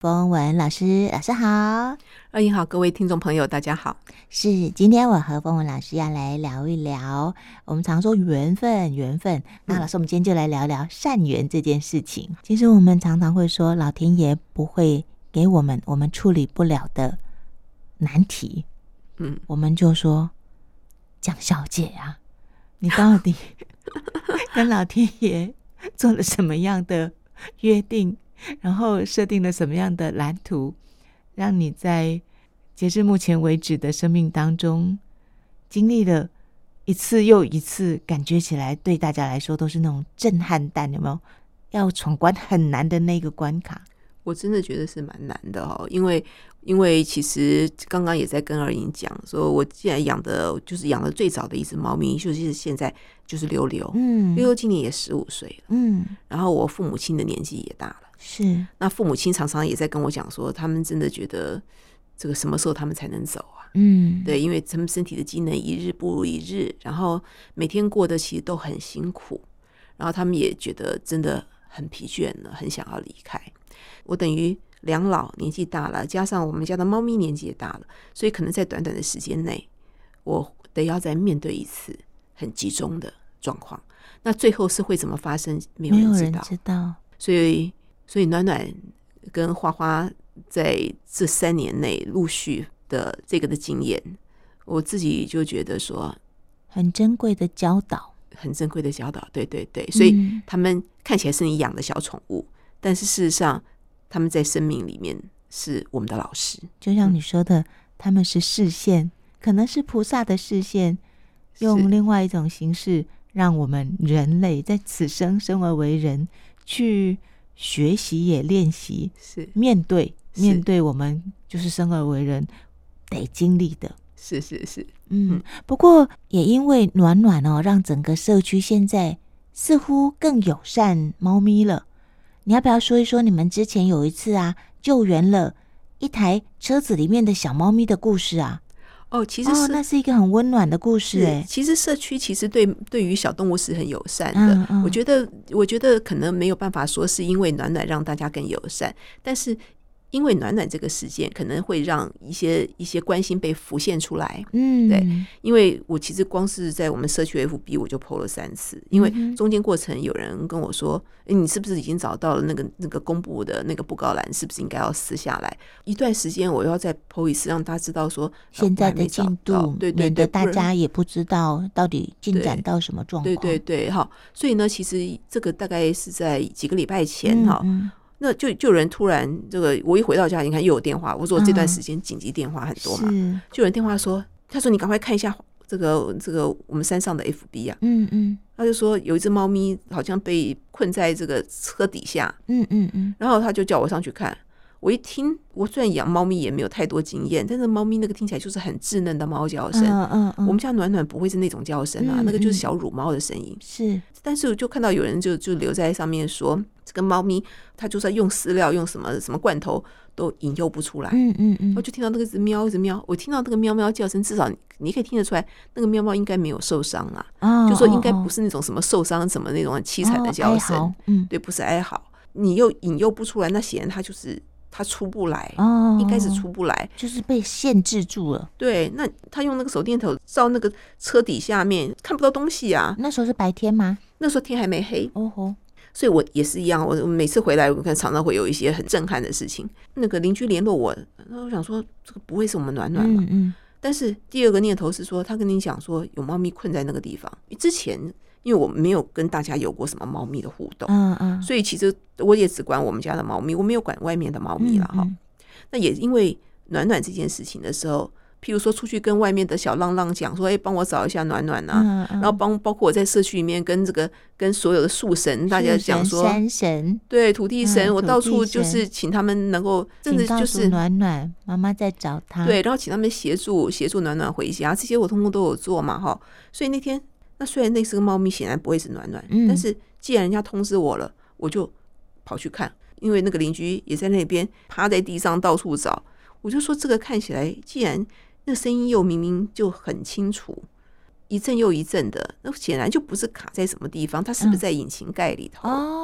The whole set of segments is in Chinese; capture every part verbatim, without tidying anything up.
风文老师，老师好。 二英好，各位听众朋友大家好。 是，今天我和风文老师要来聊一聊，我们常说缘分缘分，那老师我们今天就来聊聊善缘这件事情。其实我们常常会说老天爷不会给我们我们处理不了的难题，嗯，我们就说江小姐啊，你到底跟老天爷做了什么样的约定，然后设定了什么样的蓝图，让你在截至目前为止的生命当中经历了一次又一次，感觉起来对大家来说都是那种震撼弹，有没有？要闯关很难的那个关卡。 我真的觉得是蛮难的哦，因为因为其实刚刚也在跟二英讲说，我既然养的就是养的最早的一只猫咪，就是现在就是溜溜，嗯，溜溜今年也十五岁了，嗯，然后我父母亲的年纪也大了， 是， 那父母亲常常也在跟我讲说，他们真的觉得这个什么时候他们才能走啊？嗯，对，因为他们身体的机能一日不如一日，然后每天过得其实都很辛苦，然后他们也觉得真的很疲倦了，很想要离开。我等于两老年纪大了，加上我们家的猫咪年纪也大了，所以可能在短短的时间内，我得要再面对一次很集中的状况。那最后是会怎么发生，没有人知道。 没有人知道。 所以，所以暖暖跟花花在这三年内陆续的这个的经验，我自己就觉得说， 很珍贵的教导， 很珍贵的教导。对对对，所以他们看起来是你养的小宠物，但是事实上，他们在生命里面是我们的老师。 就像你说的，嗯、他们是视线，可能是菩萨的视线，用另外一种形式，让我们人类在此生生而为人，去学习也练习， 是面对面对我们就是生而为人得经历的。 是是是， 嗯，不过也因为暖暖哦，让整个社区现在似乎更友善猫咪了。你要不要说一说你们之前有一次啊，救援了一台车子里面的小猫咪的故事啊？ 哦，其实是、 哦、那是一个很温暖的故事哎。 其实社区其实对对于小动物是很友善的。嗯嗯、我觉得，我觉得可能没有办法说是因为暖暖让大家更友善，但是因为暖暖这个事件，可能会让一些一些关心被浮现出来。嗯，对，因为我其实光是在我们社区 F B 我就 po 了三次，因为中间过程有人跟我说，欸、你是不是已经找到了那个那个公布的那个布告栏，是不是应该要撕下来？一段时间我要再 po 一次，让大家知道说现在的进度， 对对对， 大家也不知道到底进展到什么状况。 对对对，好，所以呢，其实这个大概是在几个礼拜前哈。嗯嗯，那就就有人突然这个，我一回到家，你看又有电话。我说我这段时间紧急电话很多嘛，嗯、就有人电话说，他说你赶快看一下这个这个我们山上的 F B 啊，嗯嗯，他就说有一只猫咪好像被困在这个车底下，嗯嗯嗯，然后他就叫我上去看。我一听，我虽然养猫咪也没有太多经验，但是猫咪那个听起来就是很稚嫩的猫叫声。嗯嗯嗯，我们家暖暖不会是那种叫声啊，嗯嗯，那个就是小乳猫的声音。是，但是我就看到有人就就留在上面说，这个猫咪它就算用饲料、用什么什么罐头都引诱不出来。嗯嗯嗯，我就听到那个一直喵一直喵，我听到那个喵喵叫声，至少你你可以听得出来，那个喵喵应该没有受伤啊。哦，就说应该不是那种什么受伤什么那种很凄惨的叫声。哦，嗯，对，不是哀嚎，你又引诱不出来，那显然它就是。他出不来，哦，应该是出不来， 就是被限制住了。 对，那他用那个手电筒照那个车底下面，看不到东西啊。 那时候是白天吗？ 那时候天还没黑。 哦吼， 所以我也是一样，我每次回来，我看常常会有一些很震撼的事情。那个邻居联络我，那我想说，这个不会是我们暖暖吧？嗯嗯。但是第二个念头是说，他跟你讲说有猫咪困在那个地方，之前。因为我没有跟大家有过什么猫咪的互动，嗯嗯，所以其实我也只管我们家的猫咪，我没有管外面的猫咪了哈。嗯嗯，那也因为暖暖这件事情的时候，譬如说出去跟外面的小浪浪讲说，哎、欸，帮我找一下暖暖啊，嗯嗯，然后帮包括我在社区里面跟这个跟所有的树神大家讲说， 山神对土地神、嗯，我到处就是请他们能够，真的就是暖暖妈妈在找他， 对，然后请他们协助协助暖暖回家，这些我通通都有做嘛哈。所以那天。那虽然那是个猫咪，显然不会是暖暖，嗯，但是既然人家通知我了，我就跑去看，因为那个邻居也在那边趴在地上到处找，我就说这个看起来，既然那声音又明明就很清楚，一阵又一阵的，那显然就不是卡在什么地方，它是不是在引擎盖里头？嗯、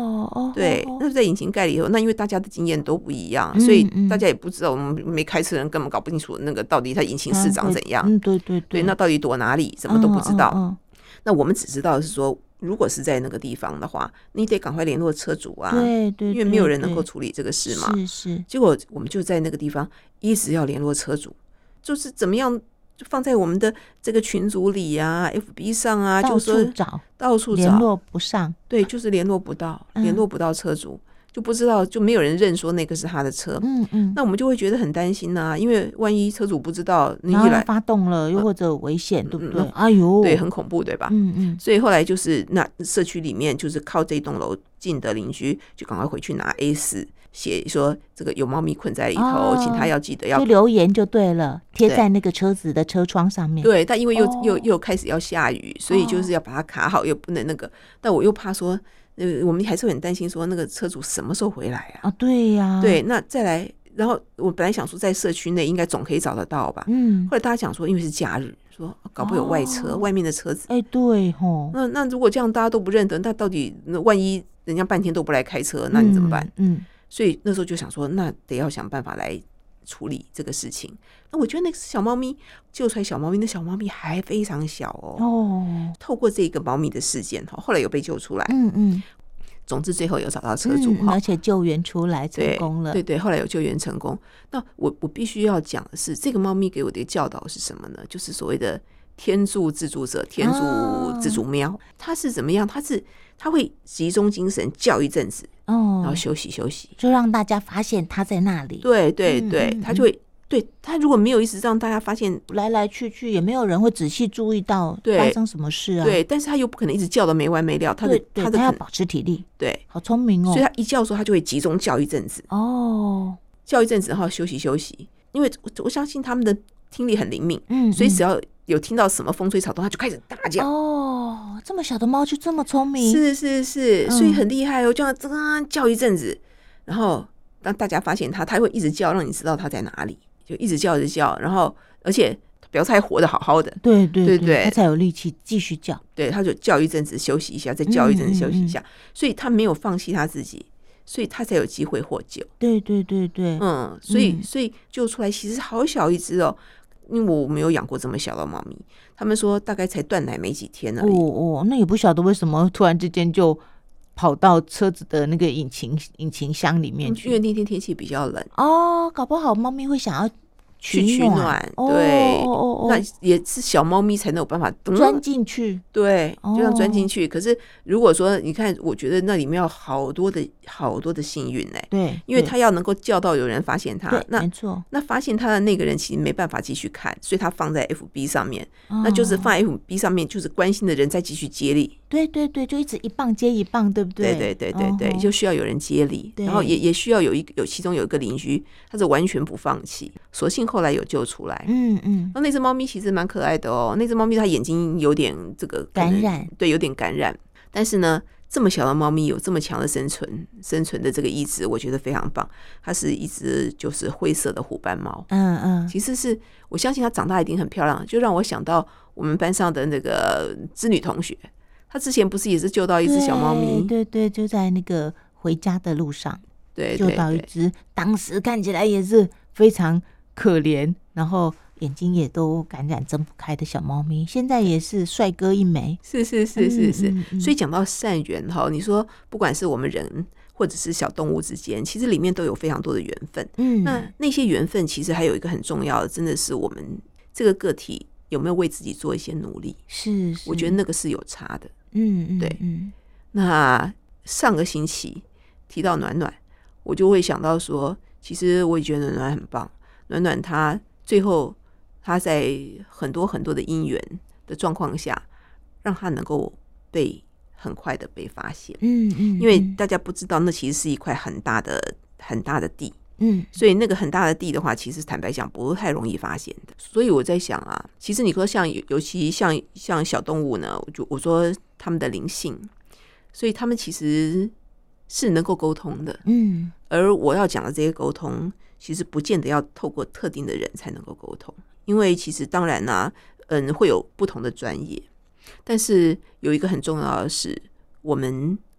哦哦， 对，那在引擎盖里头，那因为大家的经验都不一样，嗯、所以大家也不知道，我们没开车人根本搞不清楚那个到底它引擎室长怎样。 嗯，对对对, 对，那到底躲哪里，什么都不知道。 嗯嗯嗯、 那我们只知道是说，如果是在那个地方的话，你得赶快联络车主啊， 对 对, 对， 因为没有人能够处理这个事嘛。 是是。 结果我们就在那个地方一直要联络车主，就是怎么样。就放在我们的这个群组里啊 F B 上啊， 到处找，到处找， 联络不上。 对，就是联络不到，联络不到车主，嗯、就不知道，就没有人认说那个是他的车。 嗯嗯， 那我们就会觉得很担心啊，因为万一车主不知道，你一来发动了，又或者危险，嗯、对不对？ 嗯、 哎呦， 对，很恐怖，对吧？ 嗯嗯。 所以后来就是那社区里面，就是靠这栋楼近的邻居，就赶快回去拿 A 四。写说这个有猫咪困在里头，哦、请他要记得要就留言就对了，贴在那个车子的车窗上面。 对，但因为又、哦、又又开始要下雨，所以就是要把它卡好，又不能那个。但我又怕说，呃，我们还是很担心说那个车主什么时候回来啊？ 啊，对呀、啊， 对，那再来，然后我本来想说在社区内应该总可以找得到吧， 嗯， 后来大家讲说，因为是假日，说搞不好有外车，哦、外面的车子， 哎、欸，对吼， 那那如果这样大家都不认得，那到底那万一人家半天都不来开车，那你怎么办？ 嗯。嗯， 所以那时候就想说，那得要想办法来处理这个事情。那我觉得那个小猫咪救出来，小猫咪那小猫咪还非常小哦。哦，透过这个猫咪的事件，后来有被救出来。 嗯嗯。 总之最后有找到车主， 嗯、而且救援出来成功了。 对 对, 对，后来有救援成功。那我我必须要讲的是，这个猫咪给我的教导是什么呢？就是所谓的天助自助者，天助自助喵。它、哦、是怎么样？它是它会集中精神叫一阵子。哦，然后休息休息， 就让大家发现他在那里。 对对对，嗯、他就会、嗯、对他如果没有一直让大家发现来来去去，也没有人会仔细注意到发生什么事啊。 对，但是他又不可能一直叫的没完没了，他的他的他要保持体力。 对， 好聪明哦。 所以他一叫的时候，他就会集中叫一阵子。 哦， 叫一阵子，然后休息休息，因为我相信他们的听力很灵敏， 嗯， 所以只要有听到什么风吹草动，他就开始大叫。 哦，这么小的猫就这么聪明， 是是是，所以很厉害哦，就这样叫一阵子，然后当大家发现它，它会一直叫，让你知道它在哪里，就一直叫一直叫，然后而且表示还活得好好的， 对对对对， 它才有力气继续叫。 对，它就叫一阵子休息一下，再叫一阵子休息一下，嗯嗯嗯，所以它没有放弃它自己，所以它才有机会获救。 对对对对， 嗯，所以所以救出来其实好小一只哦。因为我没有养过这么小的猫咪，他们说大概才断奶没几天而已。 哦哦，那也不晓得为什么突然之间就跑到车子的那个引擎引擎箱里面去， 因为那天天气比较冷哦，搞不好猫咪会想要去取暖，对，哦哦哦，那也是小猫咪才能有办法钻进去， 对，就像钻进去。可是如果说你看，我觉得那里面有好多的好多的幸运哎， 对， 因为他要能够叫到有人发现他，那没错， 那发现他的那个人其实没办法继续看，所以他放在 F B 上面，那就是放在 F B 上面，就是关心的人再继续接力。 对对对，就一直一棒接一棒，对不对？ 对对对对对，就需要有人接力，然后也也需要有一有其中有一个邻居，他是完全不放弃，所幸后来有救出来。 嗯嗯， 那那只猫咪其实蛮可爱的哦，那只猫咪它眼睛有点这个感染， 对，有点感染，但是呢，这么小的猫咪有这么强的生存生存的这个意志，我觉得非常棒。它是一只就是灰色的虎斑猫， 嗯嗯， 其实是我相信它长大一定很漂亮，就让我想到我们班上的那个织女同学。他之前不是也是救到一只小猫咪？ 对对，就在那个回家的路上， 对， 救到一只，当时看起来也是非常可怜，然后眼睛也都感染睁不开的小猫咪，现在也是帅哥一枚。 是是是是是， 嗯嗯嗯， 所以讲到善缘哈，你说不管是我们人或者是小动物之间，其实里面都有非常多的缘分。 嗯， 那那些缘分其实还有一个很重要的，真的是我们这个个体有没有为自己做一些努力？ 是，是， 我觉得那个是有差的。 嗯嗯， 对，嗯，那上个星期提到暖暖，我就会想到说，其实我也觉得暖暖很棒。暖暖她最后她在很多很多的因缘的状况下，让她能够被很快的被发现。 嗯 嗯, 嗯， 因为大家不知道，那其实是一块很大的很大的地。 嗯， 所以那个很大的地的话，其实坦白讲不太容易发现的。所以我在想啊，其实你说像尤其像像小动物呢，我就我说他们的灵性，所以他们其实是能够沟通的。 嗯， 而我要讲的这些沟通，其实不见得要透过特定的人才能够沟通，因为其实当然啊，嗯，会有不同的专业，但是有一个很重要的是，我们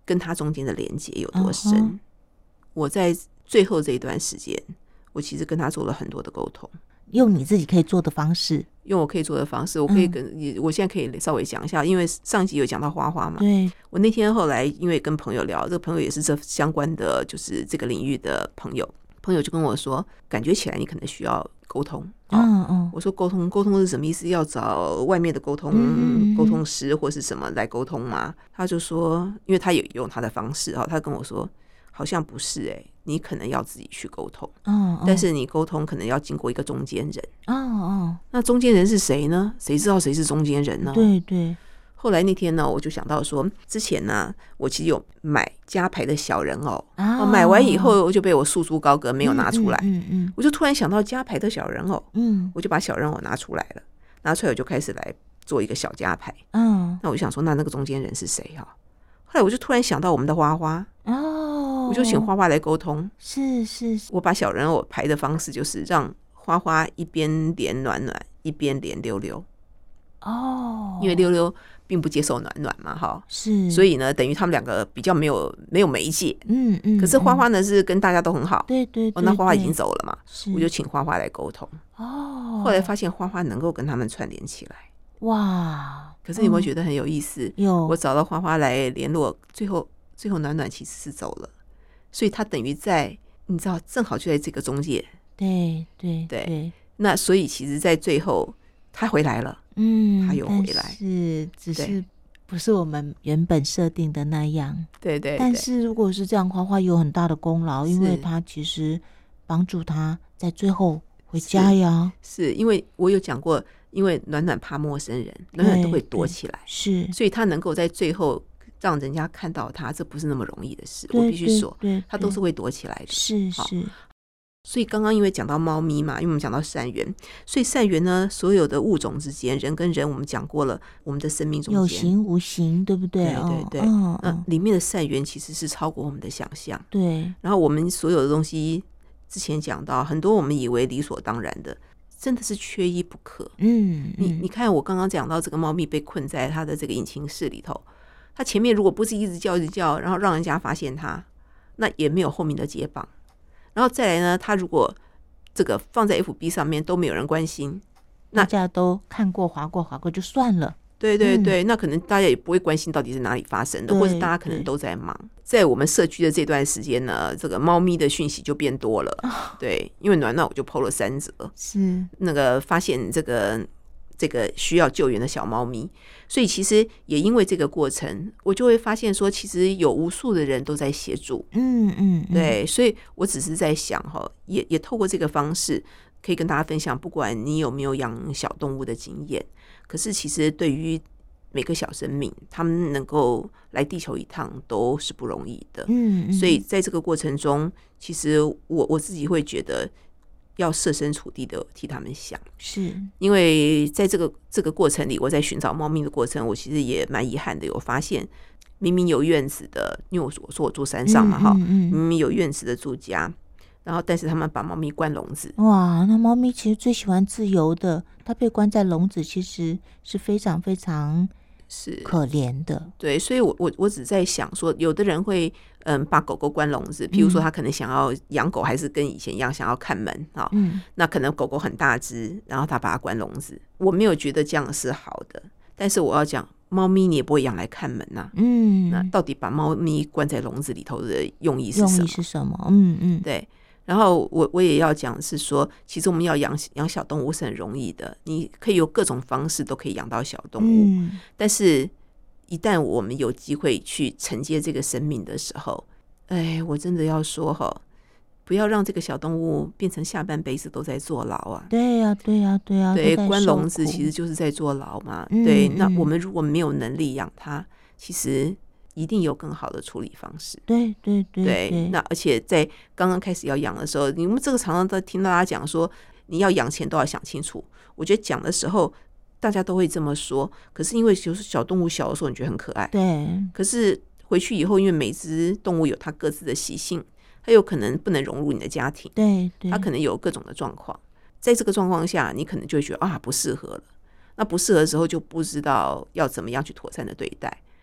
跟他中间的连接有多深。uh-huh. 我在最后这一段时间，我其实跟他做了很多的沟通， 用你自己可以做的方式， 用我可以做的方式，我可以跟你、嗯，我现在可以稍微讲一下，因为上一集有讲到花花嘛。 对，我那天后来因为跟朋友聊，这个朋友也是这相关的，就是这个领域的朋友，朋友就跟我说，感觉起来你可能需要沟通。 嗯嗯， 我说沟通，沟通是什么意思？要找外面的沟通沟通师或是什么来沟通吗？他就说，因为他有用他的方式，他跟我说，好像不是哎、欸。你可能要自己去沟通，哦，但是你沟通可能要经过一个中间人，哦哦，那中间人是谁呢？谁知道谁是中间人呢？ 对对。 后来那天呢，我就想到说，之前呢，我其实有买家牌的小人偶，哦，买完以后就被我束之高阁，没有拿出来。嗯 嗯, 嗯，我就突然想到家牌的小人偶，嗯，我就把小人偶拿出来了，拿出来我就开始来做一个小家牌。嗯，那我就想说，那那个中间人是谁哈？后来我就突然想到我们的花花，哦，我就请花花来沟通。 是是是， 我把小人偶排的方式就是让花花一边连暖暖，一边连溜溜。哦，因为溜溜并不接受暖暖嘛，哈， 是， 所以呢，等于他们两个比较没有没有媒介。嗯嗯。可是花花呢是跟大家都很好。 对对对。 哦，那花花已经走了嘛，我就请花花来沟通。哦。后来发现花花能够跟他们串联起来。哇！可是你有没有觉得很有意思？ 有。 我找到花花来联络，最后最后暖暖其实是走了，所以他等于在你知道，正好就在这个中介。 对对对, 对。 那所以其实，在最后他回来了， 嗯， 他又回来， 是只是不是我们原本设定的那样。 对 对, 对。 但是如果是这样，花花有很大的功劳，因为他其实帮助他在最后回家呀。 是, 是因为我有讲过。因为暖暖怕陌生人，暖暖都会躲起来， 是， 所以他能够在最后让人家看到他，这不是那么容易的事。我必须说，他都是会躲起来的。 是是。 所以刚刚因为讲到猫咪嘛，因为我们讲到善缘，所以善缘呢，所有的物种之间，人跟人，我们讲过了，我们的生命中间有形无形，对不对？ 对对对。 哦、 那里面的善缘其实是超过我们的想象。 对。 然后我们所有的东西，之前讲到很多，我们以为理所当然的。真的是缺一不可。嗯，你你看，我刚刚讲到这个猫咪被困在它的这个引擎室里头，它前面如果不是一直叫一直叫，然后让人家发现它，那也没有后面的接棒。然后再来呢，它如果这个放在 F B 上面都没有人关心，那大家都看过划过划过就算了。 对对对、嗯，那可能大家也不会关心到底是哪里发生的，或者大家可能都在忙。在我们社区的这段时间呢，这个猫咪的讯息就变多了。哦、对，因为暖暖我就 po 了三则， 是那个发现这个这个需要救援的小猫咪，所以其实也因为这个过程，我就会发现说，其实有无数的人都在协助。嗯嗯，对，所以我只是在想哈，也也透过这个方式，可以跟大家分享，不管你有没有养小动物的经验。可是其实对于每个小生命，他们能够来地球一趟都是不容易的。嗯，所以在这个过程中，其实我我自己会觉得要设身处地的替他们想， 是因为在这个这个过程里，我在寻找猫咪的过程，我其实也蛮遗憾的，有发现明明有院子的，因为我说我住山上嘛，哈、嗯嗯嗯，明明有院子的住家。然后，但是他们把猫咪关笼子。 哇，那猫咪其实最喜欢自由的，它被关在笼子，其实是非常非常是可怜的。 对，所以我我我只在想说，有的人会嗯把狗狗关笼子，譬如说他可能想要养狗，还是跟以前一样想要看门啊、嗯，那可能狗狗很大只，然后他把它关笼子。我没有觉得这样是好的，但是我要讲，猫咪你也不会养来看门呐、啊。嗯，那到底把猫咪关在笼子里头的用意是什么？ 用意是什么？嗯嗯， 对。然后我我也要讲是说，其实我们要养养小动物是很容易的，你可以有各种方式都可以养到小动物，嗯、但是一旦我们有机会去承接这个生命的时候，哎，我真的要说哈，不要让这个小动物变成下半辈子都在坐牢啊！ 对呀、啊，对呀、啊，对呀、啊， 对，关笼子其实就是在坐牢嘛。嗯、对，那我们如果没有能力养它，其实一定有更好的处理方式。 对对 对, 对, 对，那而且在刚刚开始要养的时候，你们这个常常都听到大家讲说，你要养前都要想清楚。我觉得讲的时候大家都会这么说，可是因为就是小动物小的时候你觉得很可爱， 对， 可是回去以后，因为每只动物有它各自的习性，它有可能不能融入你的家庭， 对对， 它可能有各种的状况，在这个状况下，你可能就会觉得啊不适合了。那不适合的时候就不知道要怎么样去妥善的对待。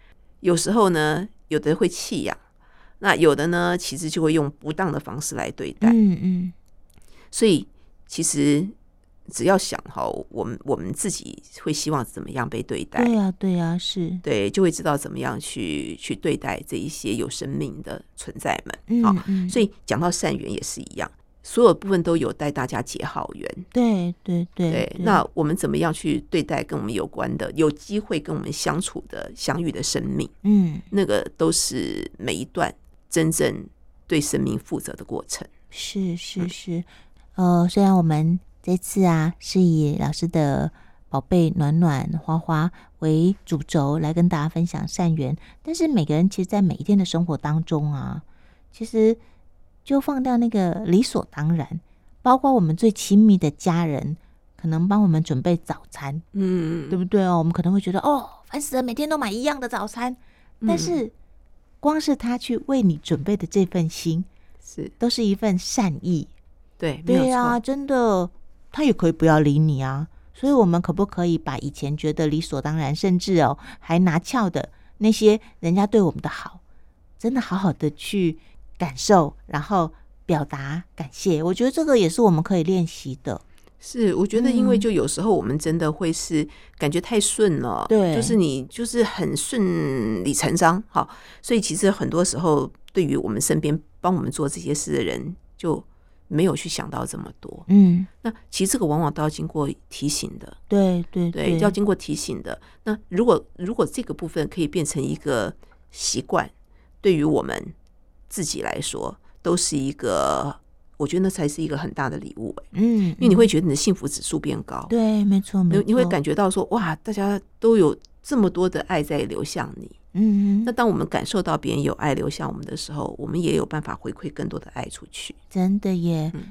有时候呢，有的会弃养，那有的呢，其实就会用不当的方式来对待。 嗯嗯， 所以其实只要想好，我们我们自己会希望怎么样被对待， 对啊对啊，是， 对，就会知道怎么样去去对待这一些有生命的存在们。 嗯好， 嗯， 所以讲到善缘也是一样，所有部分都有待大家结好缘。 对对对对，那我们怎么样去对待跟我们有关的、有机会跟我们相处的、相遇的生命？ 嗯， 那个都是每一段真正对生命负责的过程。 是是是，呃，虽然我们这次啊是以老师的宝贝暖暖花花为主轴来跟大家分享善缘，但是每个人其实在每一天的生活当中啊，其实就放掉那个理所当然，包括我们最亲密的家人可能帮我们准备早餐， 嗯， 对不对哦？我们可能会觉得哦，烦死了，每天都买一样的早餐，但是光是他去为你准备的这份心， 是都是一份善意。 对，没有对啊， 错， 真的，他也可以不要理你啊。所以我们可不可以把以前觉得理所当然，甚至哦还拿翘的那些人家对我们的好，真的好好的去感受，然后表达感谢？我觉得这个也是我们可以练习的。 是，我觉得因为就有时候我们真的会是感觉太顺了， 对， 就是你就是很顺理成章，好，所以其实很多时候对于我们身边帮我们做这些事的人，就没有去想到这么多。 嗯， 那其实这个往往都要经过提醒的， 对对对，要经过提醒的。那如果如果这个部分可以变成一个习惯，对于我们自己来说，都是一个。我觉得那才是一个很大的礼物、欸、 嗯， 因为你会觉得你的幸福指数变高， 对，没错，没错， 你会感觉到说，哇，大家都有这么多的爱在流向你。 嗯， 那当我们感受到别人有爱流向我们的时候，我们也有办法回馈更多的爱出去。 真的耶。 嗯